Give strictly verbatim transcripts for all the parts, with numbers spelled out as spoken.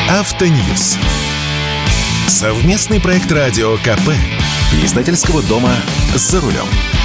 Автоньюз. Совместный проект радио КП и издательского дома «За рулем».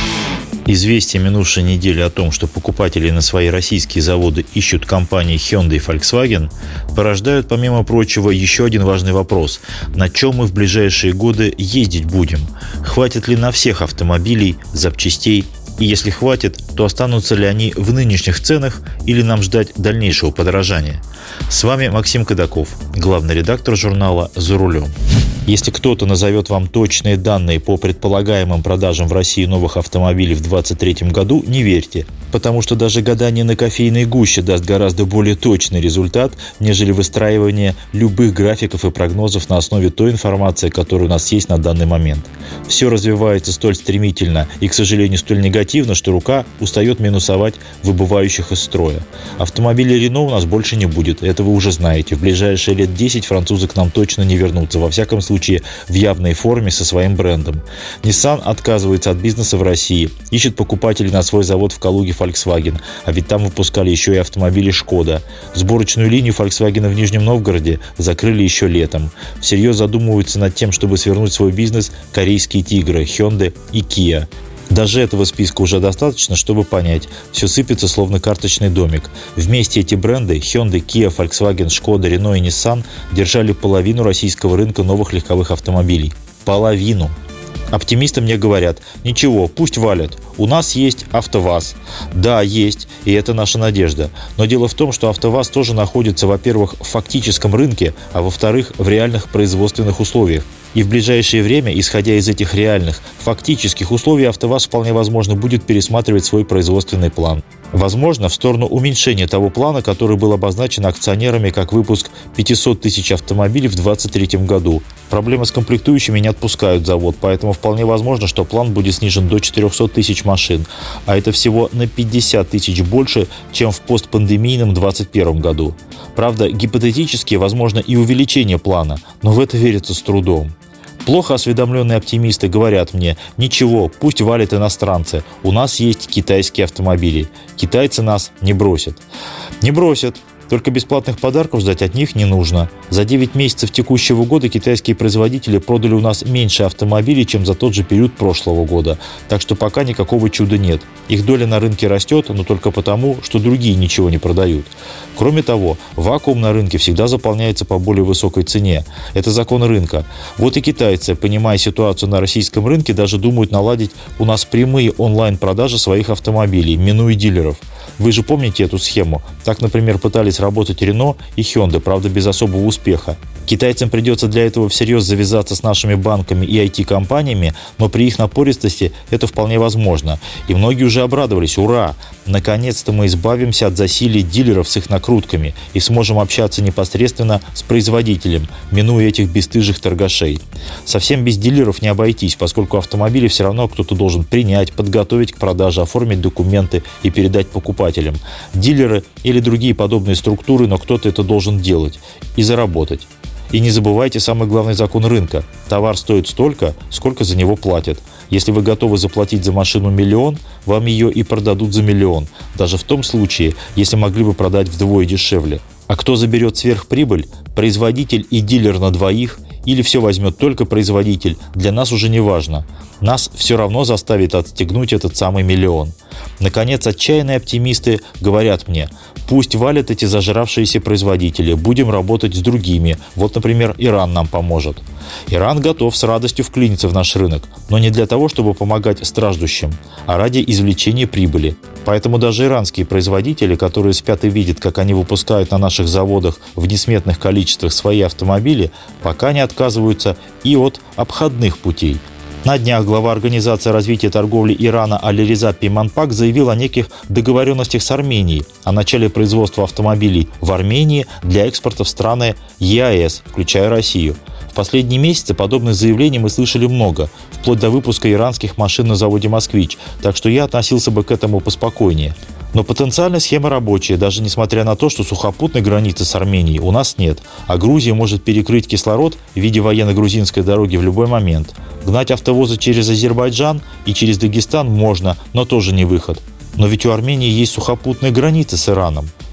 Известия минувшей недели о том, что покупатели на свои российские заводы ищут компании Hyundai и Volkswagen, порождают, помимо прочего, еще один важный вопрос. На чем мы в ближайшие годы ездить будем? Хватит ли на всех автомобилей, запчастей? И если хватит, то останутся ли они в нынешних ценах или нам ждать дальнейшего подорожания? С вами Максим Кадаков, главный редактор журнала «За рулем». Если кто-то назовет вам точные данные по предполагаемым продажам в России новых автомобилей в две тысячи двадцать третьем году, не верьте, потому что даже гадание на кофейной гуще даст гораздо более точный результат, нежели выстраивание любых графиков и прогнозов на основе той информации, которая у нас есть на данный момент. Все развивается столь стремительно и, к сожалению, столь негативно, что рука устает минусовать выбывающих из строя. Автомобилей Renault у нас больше не будет, это вы уже знаете. В ближайшие лет десять французы к нам точно не вернутся, во всяком случае в явной форме со своим брендом. Nissan отказывается от бизнеса в России, ищет покупателей на свой завод в Калуге Volkswagen, а ведь там выпускали еще и автомобили Шкода. Сборочную линию Volkswagen в Нижнем Новгороде закрыли еще летом. Всерьез задумываются над тем, чтобы свернуть свой бизнес корейские тигры Hyundai и Kia. Даже этого списка уже достаточно, чтобы понять, все сыпется словно карточный домик. Вместе эти бренды Hyundai, Kia, Volkswagen, Шкода, Renault и Nissan держали половину российского рынка новых легковых автомобилей. Половину. Оптимисты мне говорят: ничего, пусть валят, у нас есть АвтоВАЗ. Да, есть, и это наша надежда. Но дело в том, что АвтоВАЗ тоже находится, во-первых, в фактическом рынке, а во-вторых, в реальных производственных условиях. И в ближайшее время, исходя из этих реальных, фактических условий, АвтоВАЗ вполне возможно будет пересматривать свой производственный план. Возможно, в сторону уменьшения того плана, который был обозначен акционерами как выпуск пятьсот тысяч автомобилей в две тысячи двадцать третьем году. Проблемы с комплектующими не отпускают завод, поэтому вполне возможно, что план будет снижен до четырехсот тысяч машин, а это всего на пятьдесят тысяч больше, чем в постпандемийном двадцать первом году. Правда, гипотетически возможно и увеличение плана, но в это верится с трудом. Плохо осведомленные оптимисты говорят мне: ничего, пусть валят иностранцы, у нас есть китайские автомобили, китайцы нас не бросят. Не бросят. Только бесплатных подарков ждать от них не нужно. За девять месяцев текущего года китайские производители продали у нас меньше автомобилей, чем за тот же период прошлого года. Так что пока никакого чуда нет. Их доля на рынке растет, но только потому, что другие ничего не продают. Кроме того, вакуум на рынке всегда заполняется по более высокой цене. Это закон рынка. Вот и китайцы, понимая ситуацию на российском рынке, даже думают наладить у нас прямые онлайн-продажи своих автомобилей, минуя дилеров. Вы же помните эту схему? Так, например, пытались работать Renault и Hyundai, правда, без особого успеха. Китайцам придется для этого всерьез завязаться с нашими банками и ай ти-компаниями, но при их напористости это вполне возможно. И многие уже обрадовались: ура! Наконец-то мы избавимся от засилия дилеров с их накрутками и сможем общаться непосредственно с производителем, минуя этих бесстыжих торгашей. Совсем без дилеров не обойтись, поскольку автомобили все равно кто-то должен принять, подготовить к продаже, оформить документы и передать покупателям. Дилеры или другие подобные структуры, но кто-то это должен делать и заработать. И не забывайте самый главный закон рынка. Товар стоит столько, сколько за него платят. Если вы готовы заплатить за машину миллион, вам ее и продадут за миллион. Даже в том случае, если могли бы продать вдвое дешевле. А кто заберет сверхприбыль? Производитель и дилер на двоих? Или все возьмет только производитель? Для нас уже не важно. Нас все равно заставит отстегнуть этот самый миллион. Наконец, отчаянные оптимисты говорят мне: пусть валят эти зажравшиеся производители, будем работать с другими. Вот, например, Иран нам поможет. Иран готов с радостью вклиниться в наш рынок, но не для того, чтобы помогать страждущим, а ради извлечения прибыли. Поэтому даже иранские производители, которые спят и видят, как они выпускают на наших заводах в несметных количествах свои автомобили, пока не отказываются и от обходных путей. На днях глава Организации развития торговли Ирана Алиреза Пейманпак заявил о неких договоренностях с Арменией о начале производства автомобилей в Армении для экспорта в страны е а эс, включая Россию. В последние месяцы подобных заявлений мы слышали много, вплоть до выпуска иранских машин на заводе «Москвич», так что я относился бы к этому поспокойнее. Но потенциально схема рабочая, даже несмотря на то, что сухопутной границы с Арменией у нас нет, а Грузия может перекрыть кислород в виде военно-грузинской дороги в любой момент. Гнать автовозы через Азербайджан и через Дагестан можно, но тоже не выход. Но ведь у Армении есть сухопутная граница с Ираном.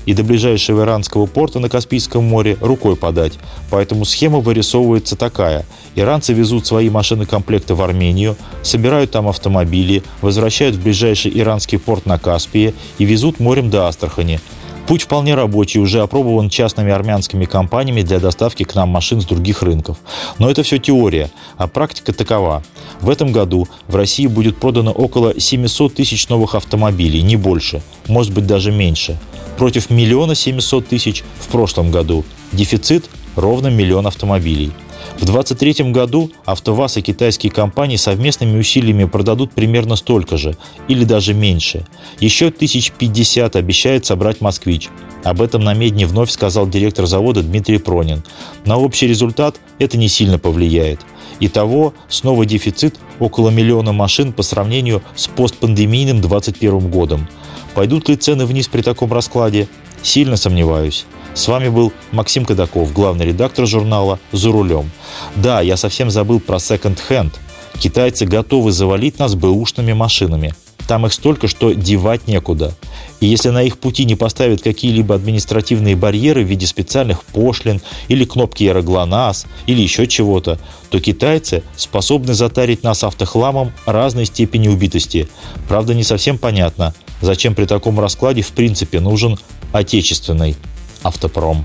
и до ближайшего иранского порта на Каспийском море рукой подать. Поэтому схема вырисовывается такая. Иранцы везут свои машины-комплекты в Армению, собирают там автомобили, возвращают в ближайший иранский порт на Каспии и везут морем до Астрахани. Путь вполне рабочий, уже опробован частными армянскими компаниями для доставки к нам машин с других рынков. Но это все теория, а практика такова. В этом году в России будет продано около семьсот тысяч новых автомобилей, не больше, может быть даже меньше. Против миллиона семьсот тысяч в прошлом году. Дефицит ровно миллион автомобилей. В две тысячи двадцать третьем году АвтоВАЗ и китайские компании совместными усилиями продадут примерно столько же, или даже меньше. Еще тысяч пятьдесят обещает собрать «Москвич». Об этом на Медне вновь сказал директор завода Дмитрий Пронин. На общий результат это не сильно повлияет. Итого снова дефицит около миллиона машин по сравнению с постпандемийным двадцать первым годом. Пойдут ли цены вниз при таком раскладе? Сильно сомневаюсь. С вами был Максим Кадаков, главный редактор журнала «За рулем». Да, я совсем забыл про секонд-хенд. Китайцы готовы завалить нас бэушными машинами. Там их столько, что девать некуда. И если на их пути не поставят какие-либо административные барьеры в виде специальных пошлин или кнопки «Эроглонасс» или еще чего-то, то китайцы способны затарить нас автохламом разной степени убитости. Правда, не совсем понятно, зачем при таком раскладе в принципе нужен отечественный автопром.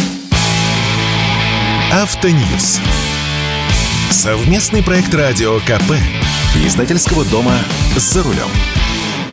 Автоньюз. Совместный проект радио ка пэ и издательского дома «За рулем».